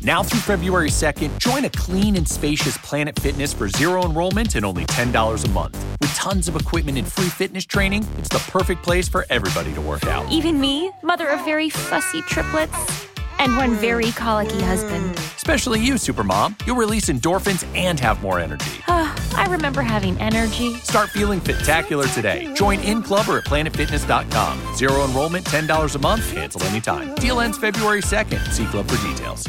Now through February 2nd, join a clean and spacious Planet Fitness for zero enrollment and only $10 a month. With tons of equipment and free fitness training, it's the perfect place for everybody to work out. Even me, mother of very fussy triplets and one very colicky husband. Especially you, Supermom. You'll release endorphins and have more energy. I remember having energy. Start feeling fit-tacular today. Join in club or at planetfitness.com. Zero enrollment, $10 a month, cancel anytime. Deal ends February 2nd. See club for details.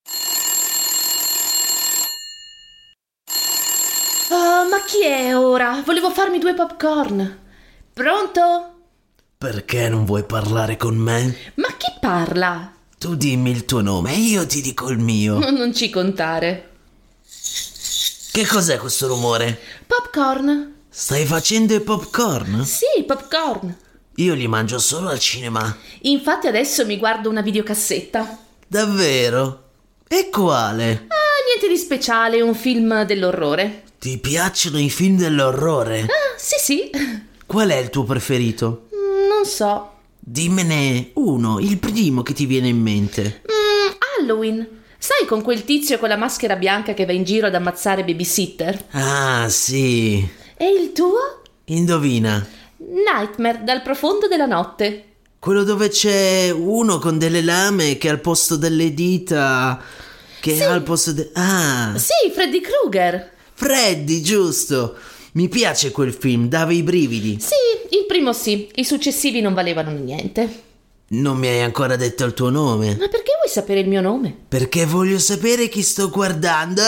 Ma chi è ora? Volevo farmi 2 popcorn. Pronto? Perché non vuoi parlare con me? Ma chi parla? Tu dimmi il tuo nome e io ti dico il mio. Non ci contare. Che cos'è questo rumore? Popcorn. Stai facendo i popcorn? Sì, popcorn. Io li mangio solo al cinema. Infatti adesso mi guardo una videocassetta. Davvero? E quale? Niente di speciale, un film dell'orrore. Ti piacciono i film dell'orrore? Sì. Qual è il tuo preferito? Non so. Dimmene uno, il primo che ti viene in mente. Halloween. Sai, con quel tizio con la maschera bianca che va in giro ad ammazzare babysitter? Ah, sì. E il tuo? Indovina. Nightmare, dal profondo della notte. Quello dove c'è uno con delle lame che al posto delle dita... Che sì. al posto Sì, Freddy Krueger. Freddy, giusto. Mi piace quel film, dava i brividi. Sì, il primo sì, i successivi non valevano niente. Non mi hai ancora detto il tuo nome. Ma perché vuoi sapere il mio nome? Perché voglio sapere chi sto guardando.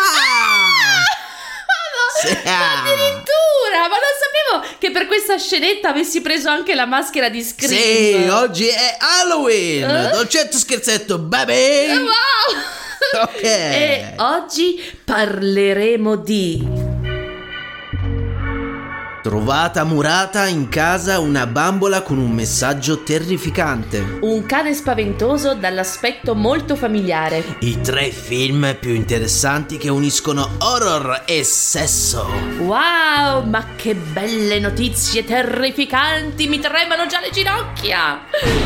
Addirittura, ma non sapevo che per questa scenetta avessi preso anche la maschera di Scream. Sì, oggi è Halloween. Dolcetto scherzetto, baby. Wow. Ok. E oggi parleremo di... Trovata murata in casa una bambola con un messaggio terrificante. Un cane spaventoso dall'aspetto molto familiare. I 3 film più interessanti che uniscono horror e sesso. Wow, ma che belle notizie terrificanti, mi tremano già le ginocchia.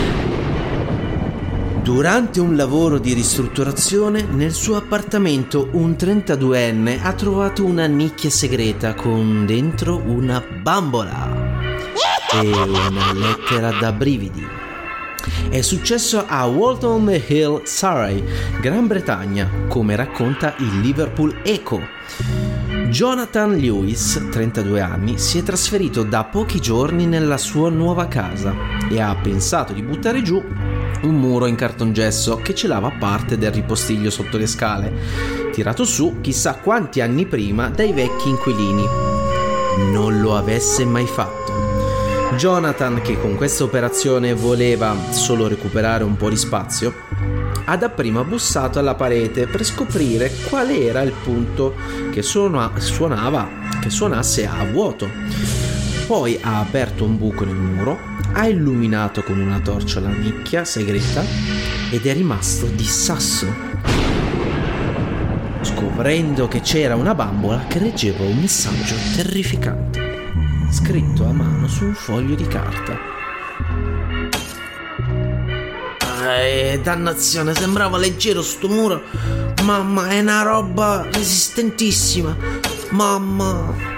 Durante un lavoro di ristrutturazione, nel suo appartamento un 32enne ha trovato una nicchia segreta con dentro una bambola e una lettera da brividi. È successo a Walton Hill, Surrey, Gran Bretagna, come racconta il Liverpool Echo. Jonathan Lewis, 32 anni, si è trasferito da pochi giorni nella sua nuova casa e ha pensato di buttare giù un muro in cartongesso che celava parte del ripostiglio sotto le scale, tirato su chissà quanti anni prima dai vecchi inquilini. Non lo avesse mai fatto. Jonathan, che con questa operazione voleva solo recuperare un po' di spazio, ha dapprima bussato alla parete per scoprire qual era il punto che suonasse a vuoto. Poi ha aperto un buco nel muro, ha illuminato con una torcia la nicchia segreta ed è rimasto di sasso, scoprendo che c'era una bambola che reggeva un messaggio terrificante, scritto a mano su un foglio di carta. Dannazione, sembrava leggero sto muro. Mamma, è una roba resistentissima. Mamma,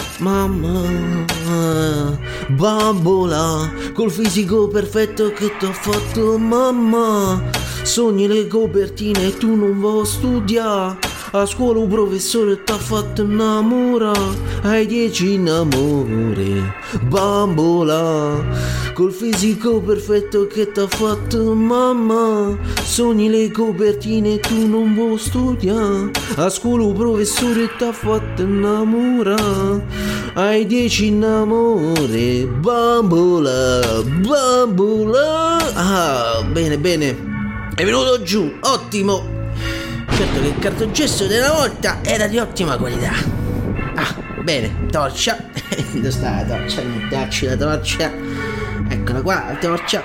bambola, col fisico perfetto che t'ho fatto, mamma. Sogni le copertine e tu non vuoi studiare. A scuola un professore t'ha fatto innamorare. Hai 10 innamore, bambola, col fisico perfetto che t'ha fatto, mamma. Sogni le copertine e tu non vuoi studiare. A scuola un professore t'ha fatto innamorare. Hai 10 innamore, bambola, bambola. Ah, bene, è venuto giù, ottimo. Certo che il cartongesso della volta era di ottima qualità. Ah, bene, torcia. Dove sta la torcia? Mettiamoci la torcia. Eccola qua, la torcia.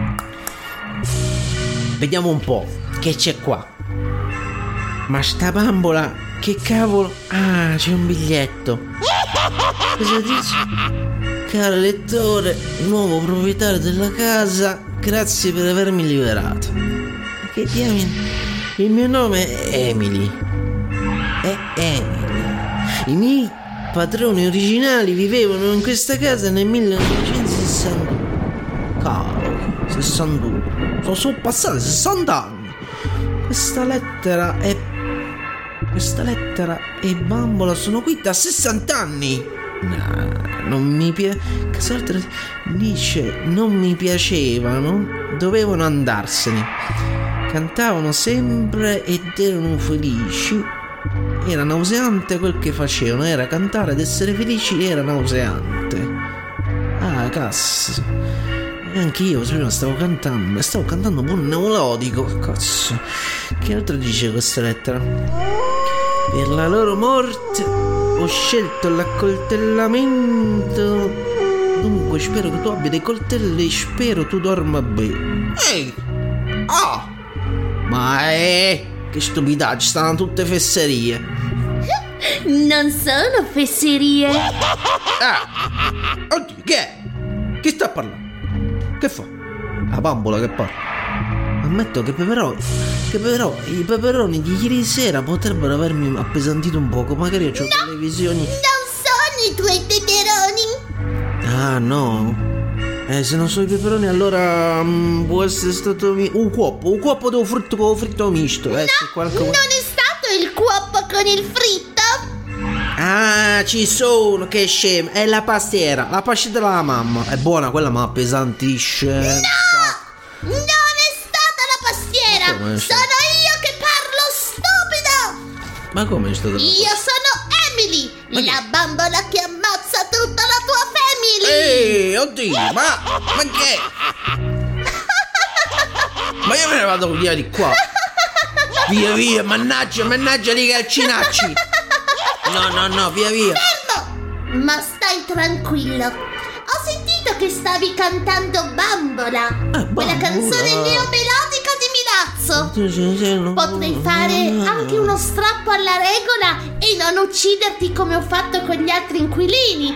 Vediamo un po' che c'è qua. Ma sta bambola, che cavolo? Ah, c'è un biglietto. Cosa dice? Caro lettore, nuovo proprietario della casa, grazie per avermi liberato. Che diamine? Il mio nome è Emily. È Emily. I miei padroni originali vivevano in questa casa nel 1960. Cavolo, 61. Sono passati 60 anni. Questa lettera e Bambola sono qui da 60 anni. No, non mi piace. Casaltra dice non mi piacevano, dovevano andarsene. Cantavano sempre ed erano felici. Era nauseante quel che facevano, era cantare ed essere felici, era nauseante. Ah, cazzo. E anche io prima stavo cantando un melodico. Cazzo. Che altro dice questa lettera? Per la loro morte ho scelto l'accoltellamento. Dunque spero che tu abbia dei coltelli e spero tu dorma bene. Ehi! Ah! Ma che stupidaggine, stanno tutte fesserie. Non sono fesserie. Oddio, che è? Chi sta parlando? Che fa? La bambola che parla. Ammetto che però i peperoni di ieri sera potrebbero avermi appesantito un poco. Magari ho delle visioni. Non sono i tuoi peperoni. Ah no. Se non sono i peperoni allora può essere stato un cuoppo devo fritto misto. No, non è stato il cuoppo con il fritto. Ah, ci sono, che scemo. È la pastiera, la pascetta della mamma. È buona, quella ma appesantisce. No, non è stata la pastiera. Sono io che parlo, stupido. Ma come è stata? Io sono Emily, la bambola che ammazza tutta la tua famiglia. Ehi, oddio, ma che? Ma io me ne vado via di qua. Via, mannaggia di calcinacci. No, via. Fermo! Ma stai tranquillo. Ho sentito che stavi cantando Bambola. Quella canzone neomelodica di Milazzo. Potrei fare anche uno strappo alla regola e non ucciderti come ho fatto con gli altri inquilini.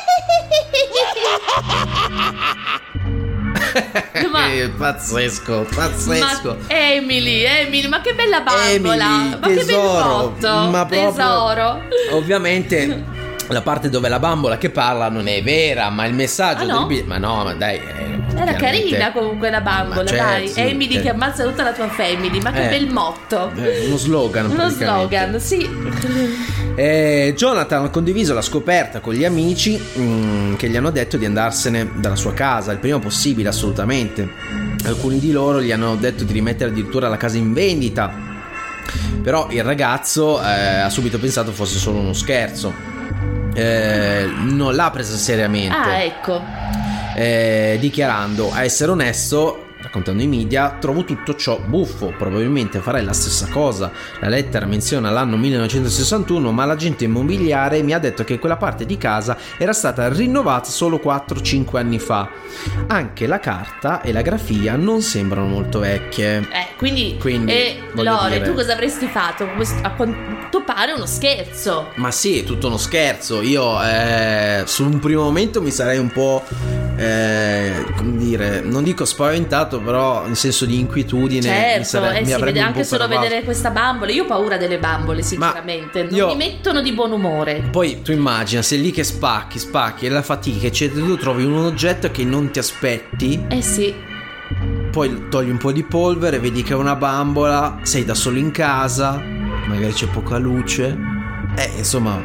Pazzesco. Ma Emily, ma che bella bambola. Emily, ma tesoro, che bel botto. ma proprio, tesoro. Ovviamente la parte dove la bambola che parla non è vera, ma il messaggio no? ma dai, era carina comunque la bambola, certo, dai. sì, Emily certo. che ammazza tutta la tua family. Ma che bel motto. Uno slogan. Uno slogan, sì. Jonathan ha condiviso la scoperta con gli amici che gli hanno detto di andarsene dalla sua casa il prima possibile, assolutamente. Alcuni di loro gli hanno detto di rimettere addirittura la casa in vendita, però il ragazzo ha subito pensato fosse solo uno scherzo. Non l'ha presa seriamente. Ah, ecco. Dichiarando: a essere onesto, raccontando ai media, trovo tutto ciò buffo, probabilmente farei la stessa cosa. La lettera menziona l'anno 1961, ma l'agente immobiliare mi ha detto che quella parte di casa era stata rinnovata solo 4-5 anni fa. Anche la carta e la grafia non sembrano molto vecchie. Quindi Lore, dire, tu cosa avresti fatto? A quanto pare uno scherzo. Ma sì, è tutto uno scherzo. Io su un primo momento mi sarei un po' come dire, non dico spaventato, però in senso di inquietudine. Certo, mi avrebbe anche solo vedere questa bambola. Io ho paura delle bambole, sinceramente. Non mi mettono di buon umore. Poi tu immagina, sei lì che spacchi e la fatica, eccetera, tu trovi un oggetto che non ti aspetti. Sì. Poi togli un po' di polvere, vedi che è una bambola, sei da solo in casa, magari c'è poca luce. Insomma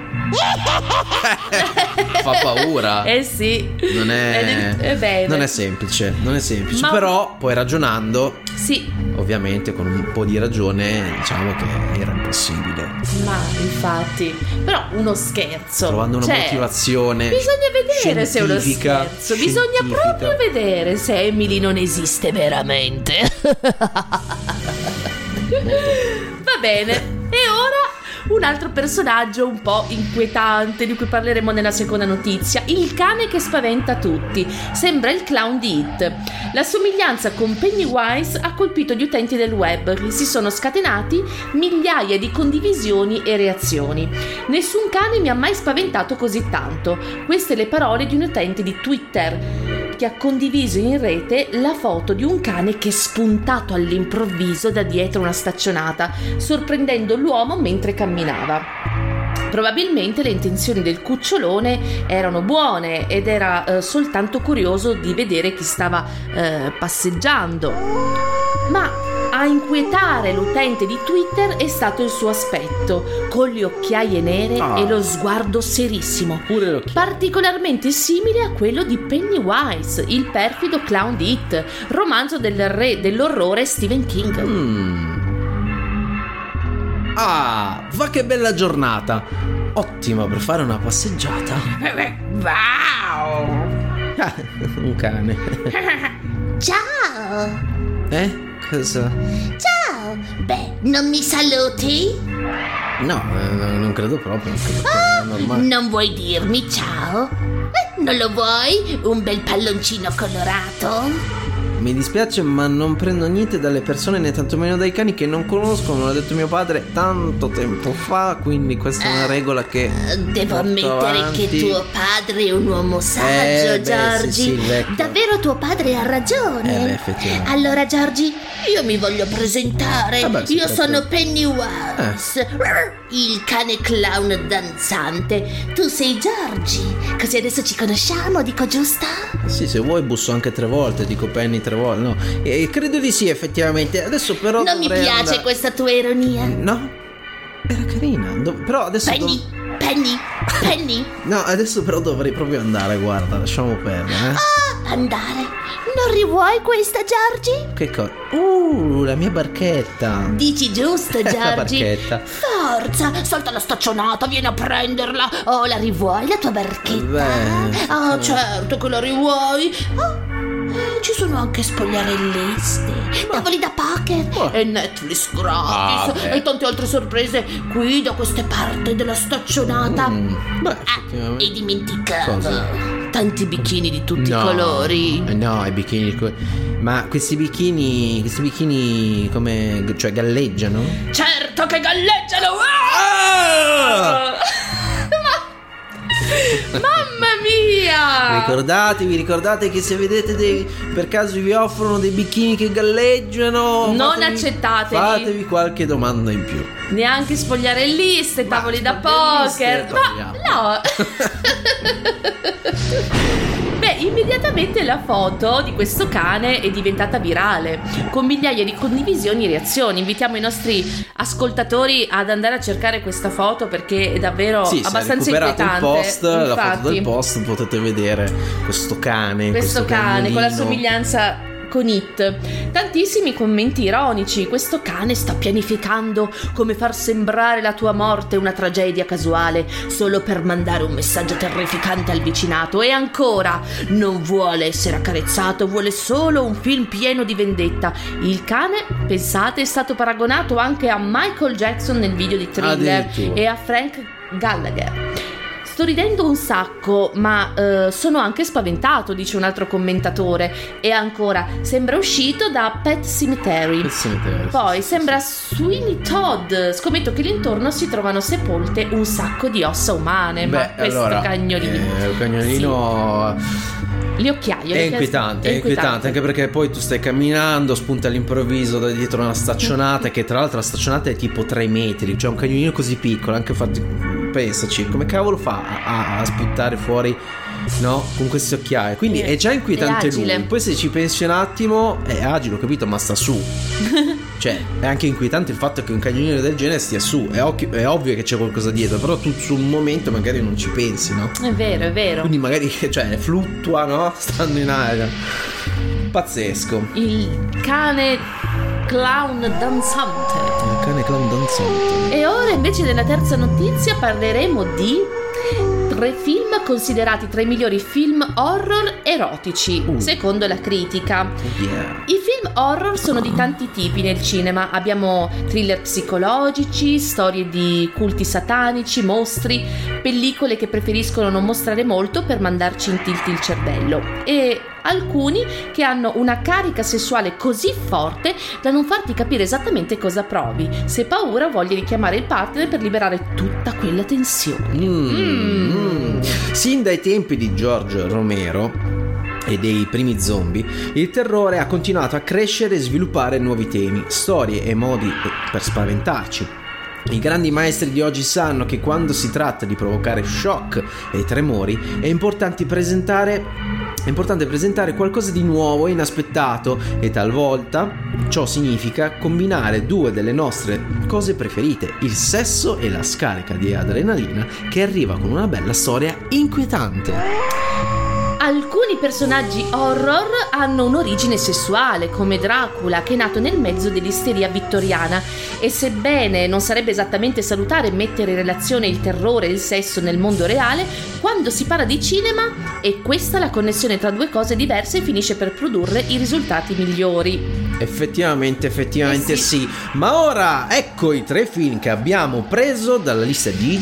fa paura. Sì. Non è semplice. Ma però poi ragionando, sì, ovviamente con un po' di ragione, diciamo che era impossibile. Ma infatti, però uno scherzo, trovando una motivazione. Bisogna vedere se è uno scherzo. Bisogna proprio vedere se Emily non esiste veramente. Va bene. E ora un altro personaggio un po' inquietante di cui parleremo nella seconda notizia, il cane che spaventa tutti. Sembra il clown di It. La somiglianza con Pennywise ha colpito gli utenti del web. Si sono scatenati migliaia di condivisioni e reazioni. Nessun cane mi ha mai spaventato così tanto. Queste le parole di un utente di Twitter. che ha condiviso in rete la foto di un cane che è spuntato all'improvviso da dietro una staccionata, sorprendendo l'uomo mentre camminava. Probabilmente le intenzioni del cucciolone erano buone ed era soltanto curioso di vedere chi stava passeggiando. Ma a inquietare l'utente di Twitter è stato il suo aspetto, con le occhiaie nere e lo sguardo serissimo, particolarmente simile a quello di Pennywise, il perfido clown di It, romanzo del re dell'orrore Stephen King. Ah, va che bella giornata! Ottima per fare una passeggiata. Wow! Un cane. Ciao! Cosa? Ciao! Beh, non mi saluti? No, non credo proprio. Non vuoi dirmi ciao? Non lo vuoi? Un bel palloncino colorato? Mi dispiace, ma non prendo niente dalle persone né tantomeno dai cani che non conosco, me l'ha detto mio padre tanto tempo fa, quindi questa è una regola che devo ammettere avanti. che tuo padre è un uomo saggio, Giorgi. Sì, davvero tuo padre ha ragione. Effettivamente. Allora, Giorgi, io mi voglio presentare. Io sono Pennywise, il cane clown danzante. Tu sei Giorgi, così adesso ci conosciamo, dico giusto? Sì, se vuoi busso anche 3 volte, dico Penny 3 volte, no? Credo di sì, effettivamente. Adesso però non mi piace questa tua ironia. No? Era carina. Però adesso Penny. No, adesso però dovrei proprio andare, guarda, lasciamo perdere, Andare? Non rivuoi questa, Giorgi? Che cosa? La mia barchetta. Dici giusto, Giorgi? La barchetta. Forza, salta la staccionata, vieni a prenderla. Oh, la rivuoi la tua barchetta? Certo che la rivuoi. Ci sono anche spogliarellisti, tavoli da poker e Netflix gratis e tante altre sorprese qui da queste parti della staccionata. E dimenticavo. Cosa? Tanti bikini di tutti i colori. No, i bikini. Ma questi bikini come, cioè, galleggiano? Certo che galleggiano! Mamma mia! Ricordate che se vedete per caso vi offrono dei bikini che galleggiano, non accettateli. Fatevi qualche domanda in più. Neanche spogliarelliste, tavoli da poker. Ma no. Beh, immediatamente la foto di questo cane è diventata virale, con migliaia di condivisioni e reazioni. Invitiamo i nostri ascoltatori ad andare a cercare questa foto perché è davvero abbastanza inquietante. La foto del post, potete vedere questo cane con la somiglianza con It. Tantissimi commenti ironici. Questo cane sta pianificando come far sembrare la tua morte una tragedia casuale solo per mandare un messaggio terrificante al vicinato. E ancora, non vuole essere accarezzato, vuole solo un film pieno di vendetta. Il cane, pensate, è stato paragonato anche a Michael Jackson nel video di Thriller e a Frank Gallagher. Sto ridendo un sacco, ma sono anche spaventato, dice un altro commentatore. E ancora, sembra uscito da Pet Sematary. Poi sembra Sweeney Todd. Scommetto che l'intorno si trovano sepolte un sacco di ossa umane. Ma questo cagnolino. Il cagnolino. Le occhiaie. È inquietante, anche perché poi tu stai camminando, spunta all'improvviso da dietro una staccionata, che tra l'altro la staccionata è tipo 3 metri, cioè un cagnolino così piccolo, anche pensaci, come cavolo fa a spuntare fuori, no? Con queste occhiaie, quindi è già inquietante lui. Poi se ci pensi un attimo, è agile, ho capito, ma sta su. Cioè, è anche inquietante il fatto che un cagnolino del genere stia su. È ovvio che c'è qualcosa dietro, però tu sul momento magari non ci pensi, no? È vero. Quindi magari, cioè, fluttua, no? Stando in aria. Pazzesco. Il cane clown danzante. E ora invece nella terza notizia parleremo di 3 film considerati tra i migliori film horror erotici, secondo la critica. I film horror sono di tanti tipi nel cinema. Abbiamo thriller psicologici, storie di culti satanici, mostri, pellicole che preferiscono non mostrare molto per mandarci in tilt il cervello, e alcuni che hanno una carica sessuale così forte da non farti capire esattamente cosa provi, se paura o voglia di chiamare il partner per liberare tutta quella tensione. Sin dai tempi di George Romero e dei primi zombie, il terrore ha continuato a crescere e sviluppare nuovi temi, storie e modi per spaventarci. I grandi maestri di oggi sanno che quando si tratta di provocare shock e tremori è importante presentare qualcosa di nuovo e inaspettato, e talvolta ciò significa combinare due delle nostre cose preferite, il sesso e la scarica di adrenalina che arriva con una bella storia inquietante. Alcuni personaggi horror hanno un'origine sessuale, come Dracula, che è nato nel mezzo dell'isteria vittoriana, e sebbene non sarebbe esattamente salutare mettere in relazione il terrore e il sesso nel mondo reale, quando si parla di cinema è questa la connessione tra due cose diverse e finisce per produrre i risultati migliori. Effettivamente sì. Ma ora ecco i 3 film che abbiamo preso dalla lista di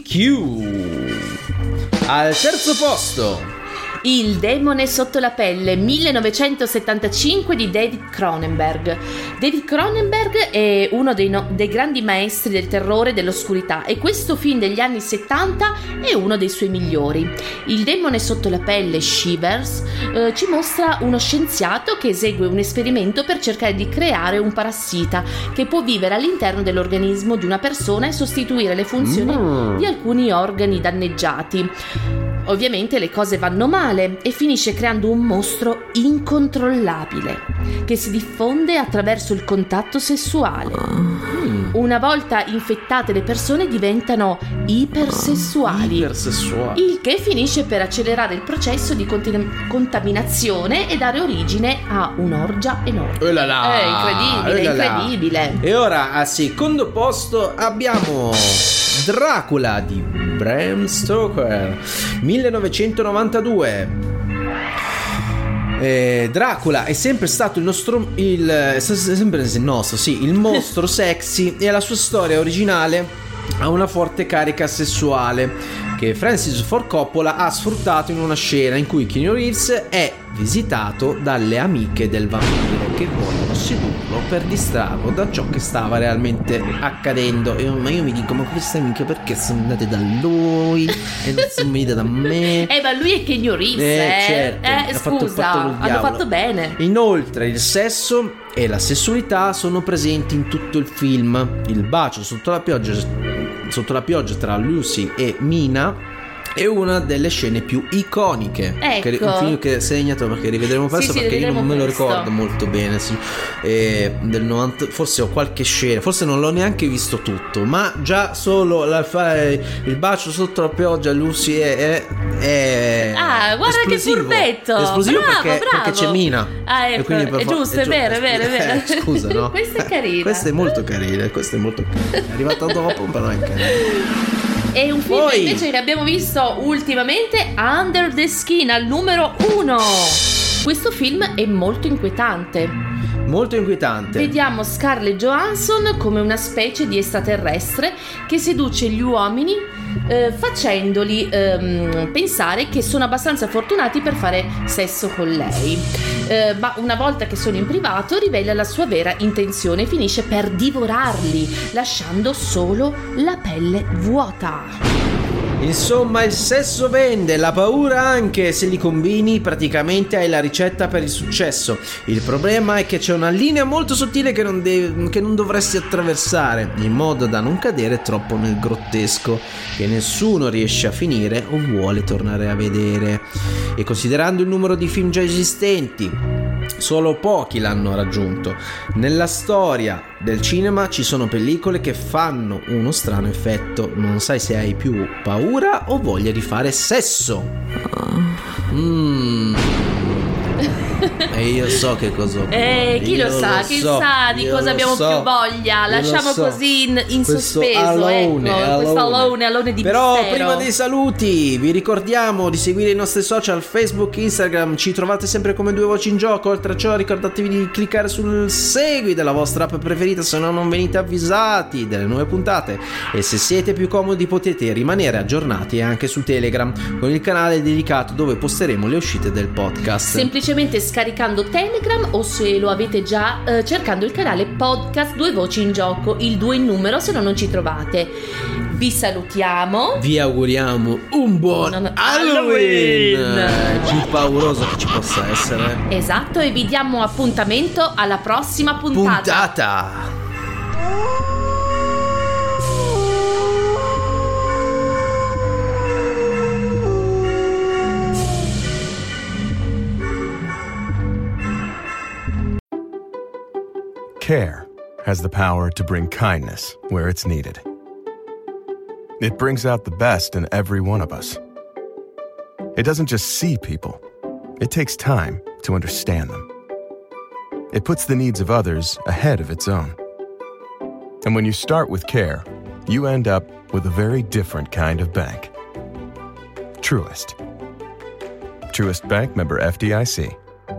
GQ. Al terzo posto, Il demone sotto la pelle, 1975 di David Cronenberg. David Cronenberg è uno dei grandi maestri del terrore e dell'oscurità, e questo film degli anni 70 è uno dei suoi migliori. Il demone sotto la pelle, Shivers, ci mostra uno scienziato che esegue un esperimento per cercare di creare un parassita che può vivere all'interno dell'organismo di una persona e sostituire le funzioni di alcuni organi danneggiati. Ovviamente le cose vanno male e finisce creando un mostro incontrollabile che si diffonde attraverso il contatto sessuale. Una volta infettate le persone diventano ipersessuali, il che finisce per accelerare il processo di contaminazione e dare origine a un'orgia enorme. È incredibile. E ora al secondo posto abbiamo Dracula di Bram Stoker, 1992. Dracula è sempre stato il mostro sexy, e la sua storia originale ha una forte carica sessuale che Francis Ford Coppola ha sfruttato in una scena in cui Keanu Reeves è visitato dalle amiche del vampiro che vogliono sedurlo per distrarlo da ciò che stava realmente accadendo. Ma io mi dico, ma queste amiche perché sono andate da lui e non sono venite da me? Ma lui è Keanu Reeves, certo, scusa, hanno fatto bene. Inoltre il sesso e la sessualità sono presenti in tutto il film. Il bacio sotto la pioggia tra Lucy e Mina è una delle scene più iconiche. Ecco. Un film che segnato, perché rivedremo presto, perché io non me lo ricordo molto bene. Del 90, forse ho qualche scena, forse non l'ho neanche visto tutto, ma già solo il bacio sotto la pioggia Lucy è guarda esplosivo. Che furbetto, esplosivo, bravo. Perché c'è Mina. Ecco, è giusto, è vero. Scusa, no? Questa è carina. Questa è molto carina. È arrivata dopo, però è carina. E un film invece che abbiamo visto ultimamente, Under the Skin, al numero 1. Questo film è molto inquietante. Vediamo Scarlett Johansson come una specie di extraterrestre che seduce gli uomini facendoli pensare che sono abbastanza fortunati per fare sesso con lei, ma una volta che sono in privato rivela la sua vera intenzione e finisce per divorarli, lasciando solo la pelle vuota. Insomma, il sesso vende, la paura anche. Se li combini praticamente hai la ricetta per il successo. Il problema è che c'è una linea molto sottile che non dovresti attraversare, in modo da non cadere troppo nel grottesco che nessuno riesce a finire o vuole tornare a vedere. E considerando il numero di film già esistenti, solo pochi l'hanno raggiunto. Nella storia del cinema ci sono pellicole che fanno uno strano effetto. Non sai se hai più paura o voglia di fare sesso. E io so che cosa ho. Chi lo sa di cosa abbiamo più voglia. Lasciamo così in sospeso. Questo alone di Però mistero. Prima dei saluti vi ricordiamo di seguire i nostri social Facebook, Instagram. Ci trovate sempre come Due Voci in Gioco. Oltre a ciò ricordatevi di cliccare sul segui della vostra app preferita, se no non venite avvisati delle nuove puntate. E se siete più comodi potete rimanere aggiornati anche su Telegram, con il canale dedicato dove posteremo le uscite del podcast. Semplicemente scaricando Telegram, o se lo avete già cercando il canale podcast Due Voci in Gioco, il 2 in numero, se no non ci trovate. vi salutiamo. Vi auguriamo un buon Halloween! Più pauroso che ci possa essere. Esatto, e vi diamo appuntamento alla prossima puntata. Care has the power to bring kindness where it's needed. It brings out the best in every one of us. It doesn't just see people. It takes time to understand them. It puts the needs of others ahead of its own. And when you start with care, you end up with a very different kind of bank. Truist. Truist Bank, member FDIC.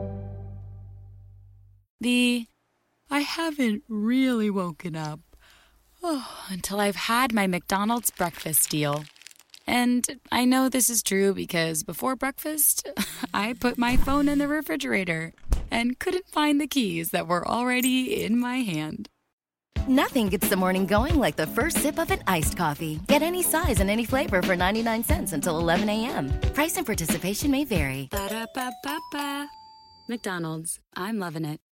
I haven't really woken up until I've had my McDonald's breakfast deal. And I know this is true because before breakfast, I put my phone in the refrigerator and couldn't find the keys that were already in my hand. Nothing gets the morning going like the first sip of an iced coffee. Get any size and any flavor for 99 cents until 11 a.m. Price and participation may vary. Ba-da-ba-ba-ba. McDonald's. I'm loving it.